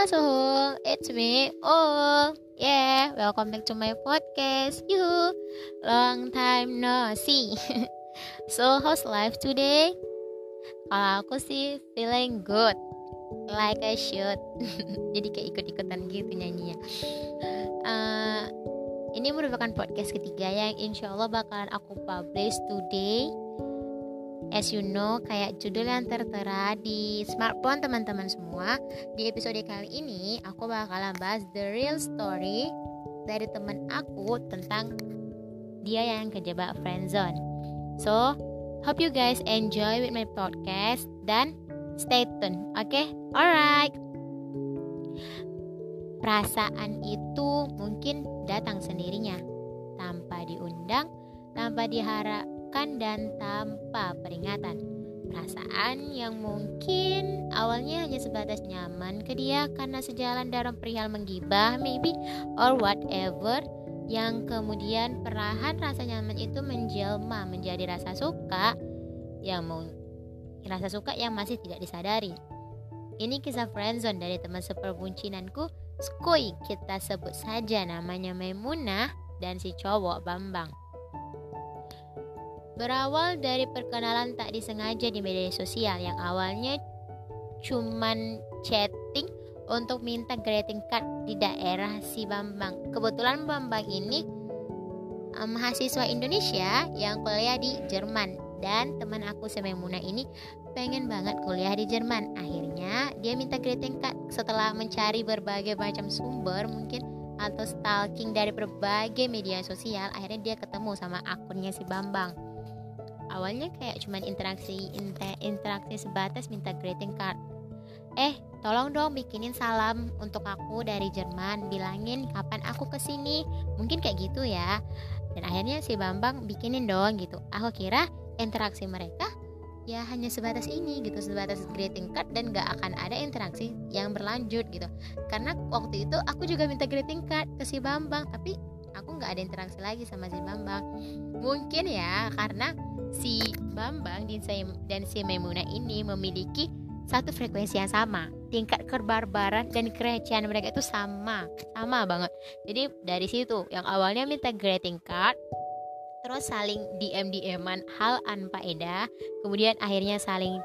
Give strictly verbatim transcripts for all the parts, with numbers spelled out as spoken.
Halo Suhul, it's me, Oh, yeah, welcome back to my podcast. Yuhu, long time no see. So, how's life today? Kalau aku sih feeling good, like I should. Jadi kayak ikut-ikutan gitu nyanyinya. uh, Ini merupakan podcast ketiga yang insya Allah bakalan aku publish today. As you know, kayak judul yang tertera di smartphone teman-teman semua. Di episode kali ini aku bakalan bahas the real story dari teman aku tentang dia yang kejebak friendzone. So, hope you guys enjoy with my podcast dan stay tune. Oke, okay? Alright. Perasaan itu mungkin datang sendirinya, tanpa diundang, tanpa diharap dan tanpa peringatan. Perasaan yang mungkin awalnya hanya sebatas nyaman ke dia karena sejalan dalam perihal menggibah maybe or whatever, yang kemudian perlahan rasa nyaman itu menjelma menjadi rasa suka yang mau rasa suka yang masih tidak disadari. Ini kisah friendzone dari teman seperbuncinanku, Skoy, kita sebut saja namanya Maimunah, dan si cowok Bambang. Berawal dari perkenalan tak disengaja di media sosial yang awalnya cuman chatting untuk minta greeting card di daerah si Bambang. Kebetulan Bambang ini um, mahasiswa Indonesia yang kuliah di Jerman, dan teman aku si Maimunah ini pengen banget kuliah di Jerman. Akhirnya dia minta greeting card setelah mencari berbagai macam sumber mungkin atau stalking dari berbagai media sosial. Akhirnya dia ketemu sama akunnya si Bambang. Awalnya kayak cuman interaksi inter- interaksi sebatas minta greeting card. Eh, tolong dong bikinin salam untuk aku dari Jerman, bilangin kapan aku kesini, mungkin kayak gitu ya. Dan akhirnya si Bambang bikinin dong gitu. Aku kira interaksi mereka ya hanya sebatas ini gitu, sebatas greeting card dan gak akan ada interaksi yang berlanjut gitu. Karena waktu itu aku juga minta greeting card ke si Bambang, tapi aku gak ada interaksi lagi sama si Bambang. Mungkin ya karena si Bambang dan si Maimunah ini memiliki satu frekuensi yang sama, tingkat kebarbaran dan kerecehan mereka itu sama, sama banget. Jadi dari situ yang awalnya minta greeting card, terus saling D M D M-an hal anfaedah, kemudian akhirnya saling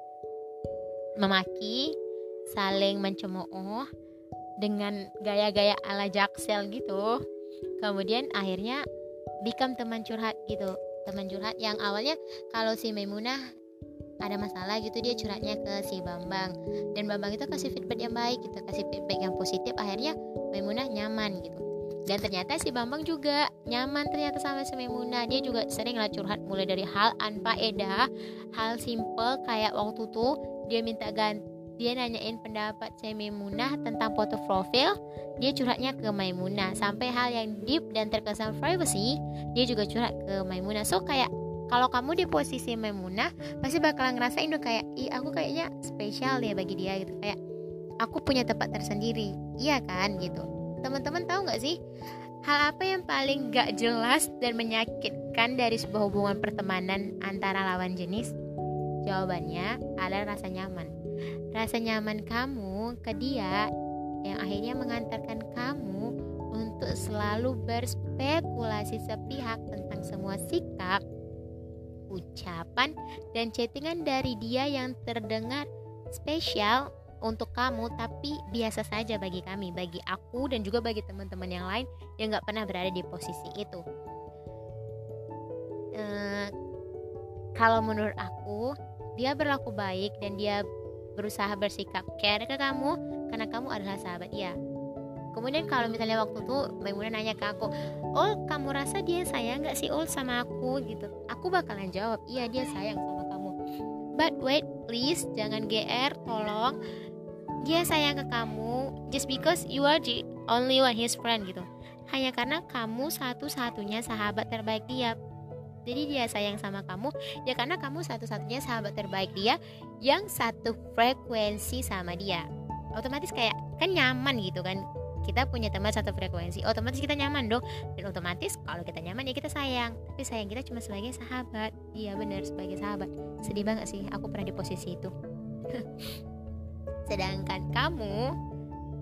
memaki, saling mencemooh dengan gaya-gaya ala Jaksel gitu. Kemudian akhirnya become teman curhat gitu. Teman curhat yang awalnya kalau si Maimunah ada masalah gitu dia curhatnya ke si Bambang, dan Bambang itu kasih feedback yang baik gitu, kasih feedback yang positif. Akhirnya Maimunah nyaman gitu, dan ternyata si Bambang juga nyaman ternyata sama si Maimunah. Dia juga sering lah curhat mulai dari hal anfaedah, hal simple kayak waktu tuh dia minta ganti, dia nanyain pendapat si Maimunah tentang foto profil, dia curhatnya ke Maimunah. Sampai hal yang deep dan terkesan privacy, dia juga curhat ke Maimunah. So kayak kalau kamu di posisi Maimunah pasti bakalan ngerasain dong kayak, ih aku kayaknya spesial ya bagi dia gitu, kayak aku punya tempat tersendiri, iya kan gitu. Teman-teman tahu nggak sih hal apa yang paling gak jelas dan menyakitkan dari sebuah hubungan pertemanan antara lawan jenis? Jawabannya adalah rasa nyaman. Rasa nyaman kamu ke dia yang akhirnya mengantarkan kamu untuk selalu berspekulasi sepihak tentang semua sikap, ucapan, dan chattingan dari dia yang terdengar spesial untuk kamu tapi biasa saja bagi kami, bagi aku dan juga bagi teman-teman yang lain yang gak pernah berada di posisi itu. Eee, kalau menurut aku dia berlaku baik dan dia berusaha bersikap care ke kamu karena kamu adalah sahabat dia. Kemudian kalau misalnya waktu itu Maimunah nanya ke aku, Ul, kamu rasa dia sayang gak sih Ul sama aku gitu? Aku bakalan jawab, iya dia sayang sama kamu. But wait please, jangan G R, tolong. Dia sayang ke kamu just because you are the only one his friend gitu, hanya karena kamu satu-satunya sahabat terbaik dia. Jadi dia sayang sama kamu ya karena kamu satu-satunya sahabat terbaik dia yang satu frekuensi sama dia. Otomatis kayak kan nyaman gitu kan, kita punya teman satu frekuensi, otomatis kita nyaman dong. Dan otomatis kalau kita nyaman ya kita sayang. Tapi sayang kita cuma sebagai sahabat. Iya benar, sebagai sahabat. Sedih banget sih, aku pernah di posisi itu. Sedangkan kamu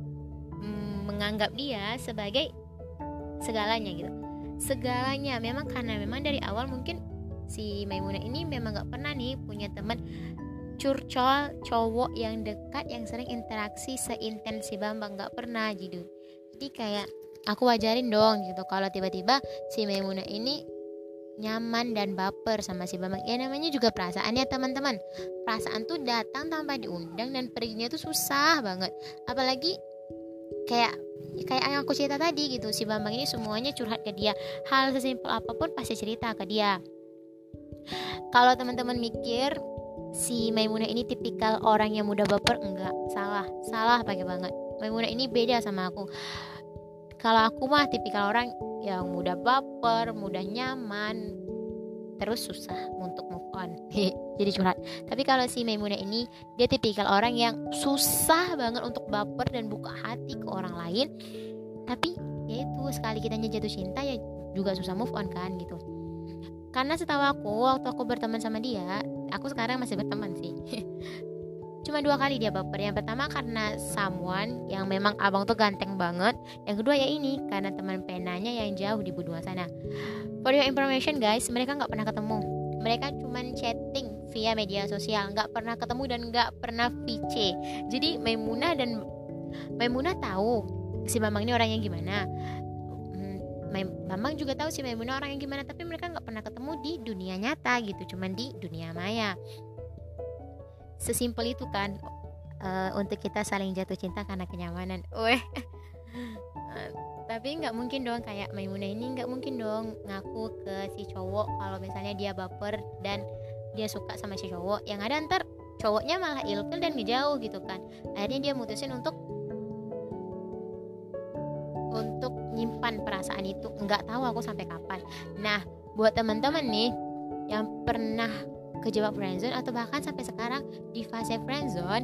menganggap dia sebagai segalanya gitu. Segalanya memang karena memang dari awal mungkin si Maimunah ini memang gak pernah nih punya teman curcol cowok yang dekat yang sering interaksi seintens si Bambang, gak pernah gitu. Jadi kayak aku wajarin dong gitu kalau tiba-tiba si Maimunah ini nyaman dan baper sama si Bambang. Ya namanya juga perasaan ya teman-teman. Perasaan tuh datang tanpa diundang dan perginya tuh susah banget. Apalagi kayak kayak yang aku cerita tadi gitu, si Bambang ini semuanya curhat ke dia. Hal sesimpel apapun pasti cerita ke dia. Kalau teman-teman mikir si Maimunah ini tipikal orang yang mudah baper, enggak, salah, salah pakai banget. Maimunah ini beda sama aku. Kalau aku mah tipikal orang yang mudah baper, mudah nyaman, terus susah untuk move on. Jadi curhat. Tapi kalau si Maimunah ini, dia tipikal orang yang susah banget untuk baper dan buka hati ke orang lain. Tapi ya itu, sekali kitanya jatuh cinta ya juga susah move on kan gitu. Karena setahu aku, waktu aku berteman sama dia, aku sekarang masih berteman sih. Cuma dua kali dia baper. Yang pertama karena someone yang memang abang tuh ganteng banget. Yang kedua ya ini karena teman penanya yang jauh di Budua sana. For your information guys, mereka gak pernah ketemu. Mereka cuma chatting via media sosial, gak pernah ketemu dan gak pernah V C. Jadi Maimunah dan Maimunah tahu si Bambang ini orangnya gimana. Bambang juga tahu si Maimunah orangnya gimana. Tapi mereka gak pernah ketemu di dunia nyata gitu, cuma di dunia maya. Sesimpel itu kan, uh, untuk kita saling jatuh cinta karena kenyamanan. Weh. uh, tapi nggak mungkin dong kayak Maimunah ini, nggak mungkin dong ngaku ke si cowok kalau misalnya dia baper dan dia suka sama si cowok. Yang ada ntar cowoknya malah ilfil dan ngejauh gitu kan. Akhirnya dia mutusin untuk untuk nyimpan perasaan itu. Nggak tahu aku sampai kapan. Nah, buat teman-teman nih yang pernah kejebak friendzone atau bahkan sampai sekarang di fase friendzone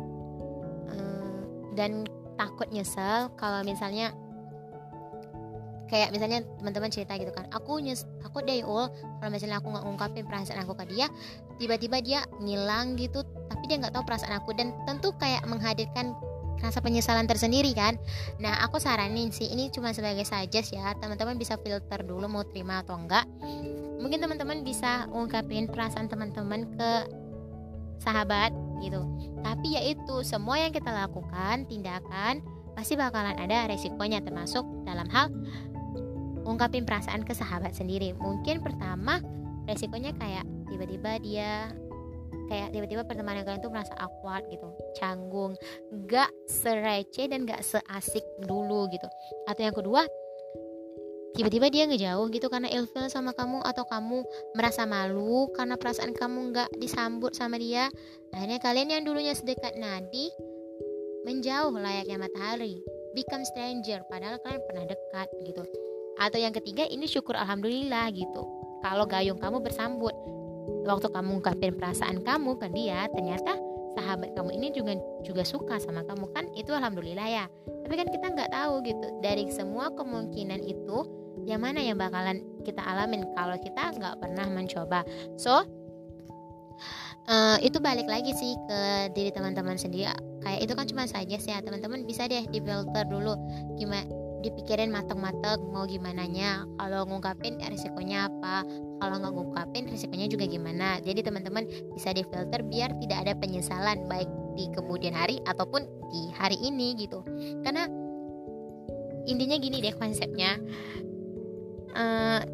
um, dan takut nyesel kalau misalnya kayak misalnya teman-teman cerita gitu kan, aku nyes takut deh ul kalau misalnya aku nggak ngungkapin perasaan aku ke dia, tiba-tiba dia ngilang gitu tapi dia nggak tahu perasaan aku, dan tentu kayak menghadirkan rasa penyesalan tersendiri kan. Nah aku saranin sih, ini cuma sebagai suggest ya, teman-teman bisa filter dulu mau terima atau enggak. Mungkin teman-teman bisa ungkapin perasaan teman-teman ke sahabat gitu. Tapi yaitu semua yang kita lakukan, tindakan pasti bakalan ada resikonya, termasuk dalam hal ungkapin perasaan ke sahabat sendiri. Mungkin pertama resikonya kayak tiba-tiba dia kayak tiba-tiba pertemanan kalian tuh merasa awkward gitu, canggung, gak serece dan gak seasik dulu gitu. Atau yang kedua, tiba-tiba dia ngejauh gitu karena ilfil sama kamu, atau kamu merasa malu karena perasaan kamu gak disambut sama dia. Akhirnya kalian yang dulunya sedekat nadi menjauh layaknya matahari, become stranger padahal kalian pernah dekat gitu. Atau yang ketiga, ini syukur alhamdulillah gitu, kalau gayung kamu bersambut. Waktu kamu ungkapin perasaan kamu ke dia, ternyata sahabat kamu ini juga juga suka sama kamu, kan itu alhamdulillah ya. Tapi kan kita nggak tahu gitu, dari semua kemungkinan itu yang mana yang bakalan kita alamin kalau kita nggak pernah mencoba. So uh, itu balik lagi sih ke diri teman-teman sendiri. Kayak itu kan cuma saja sih ya, teman-teman bisa deh difilter dulu, gimana, dipikirin matang-matang mau gimana nya, kalau ngungkapin risikonya apa, kalau nggak ngungkapin risikonya juga gimana. Jadi teman-teman bisa difilter biar tidak ada penyesalan baik di kemudian hari ataupun di hari ini gitu. Karena intinya gini deh konsepnya, uh,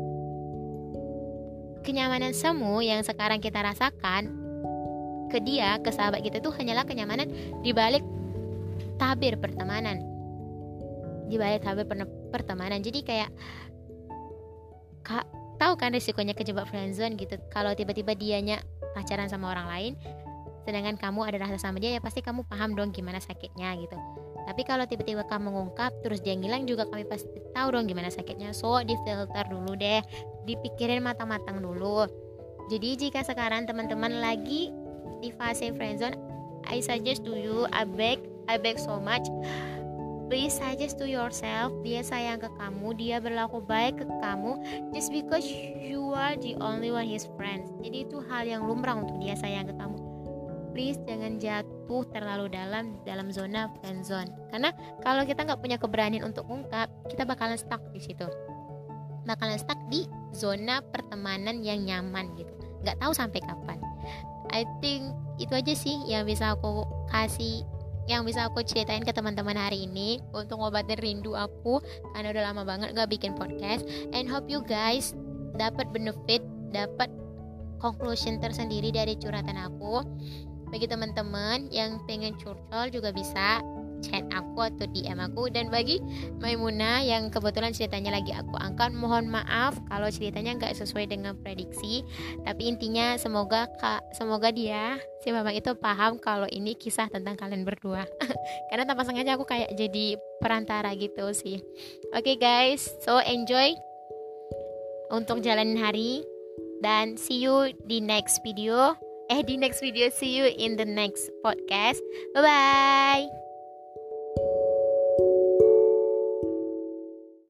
kenyamanan semu yang sekarang kita rasakan ke dia, ke sahabat kita itu hanyalah kenyamanan di balik tabir pertemanan, di balik tabir pertemanan. Jadi kayak kak, tahu kan risikonya kejebak friendzone gitu. Kalau tiba-tiba dianya pacaran sama orang lain sedangkan kamu ada rasa sama dia, ya pasti kamu paham dong gimana sakitnya gitu. Tapi kalau tiba-tiba kamu ngungkap terus dia ngilang, juga kami pasti tahu dong gimana sakitnya. So difilter dulu deh, dipikirin matang-matang dulu. Jadi jika sekarang teman-teman lagi di fase friendzone, I suggest to you, I beg, I beg so much, please suggest to yourself, dia sayang ke kamu, dia berlaku baik ke kamu just because you are the only one his friends. Jadi itu hal yang lumrah untuk dia sayang ke kamu. please jangan jatuh terlalu dalam dalam zona friendzone. Karena kalau kita nggak punya keberanian untuk ungkap, kita bakalan stuck di situ, bakalan stuck di zona pertemanan yang nyaman gitu, nggak tahu sampai kapan. I think itu aja sih yang bisa aku kasih, yang bisa aku ceritain ke teman-teman hari ini untuk ngobatin rindu aku karena udah lama banget gak bikin podcast. And hope you guys dapat benefit, dapat conclusion tersendiri dari curhatan aku. Bagi teman-teman yang pengen curcol juga bisa chat aku atau D M aku. Dan bagi Maimunah yang kebetulan ceritanya lagi aku angkat, mohon maaf kalau ceritanya nggak sesuai dengan prediksi. Tapi intinya semoga kak, semoga dia si Mamang itu paham kalau ini kisah tentang kalian berdua. Karena tanpa sengaja aku kayak jadi perantara gitu sih. Oke okay guys, so enjoy untuk jalanin hari dan see you di next video. Eh di next video, see you in the next podcast. Bye bye.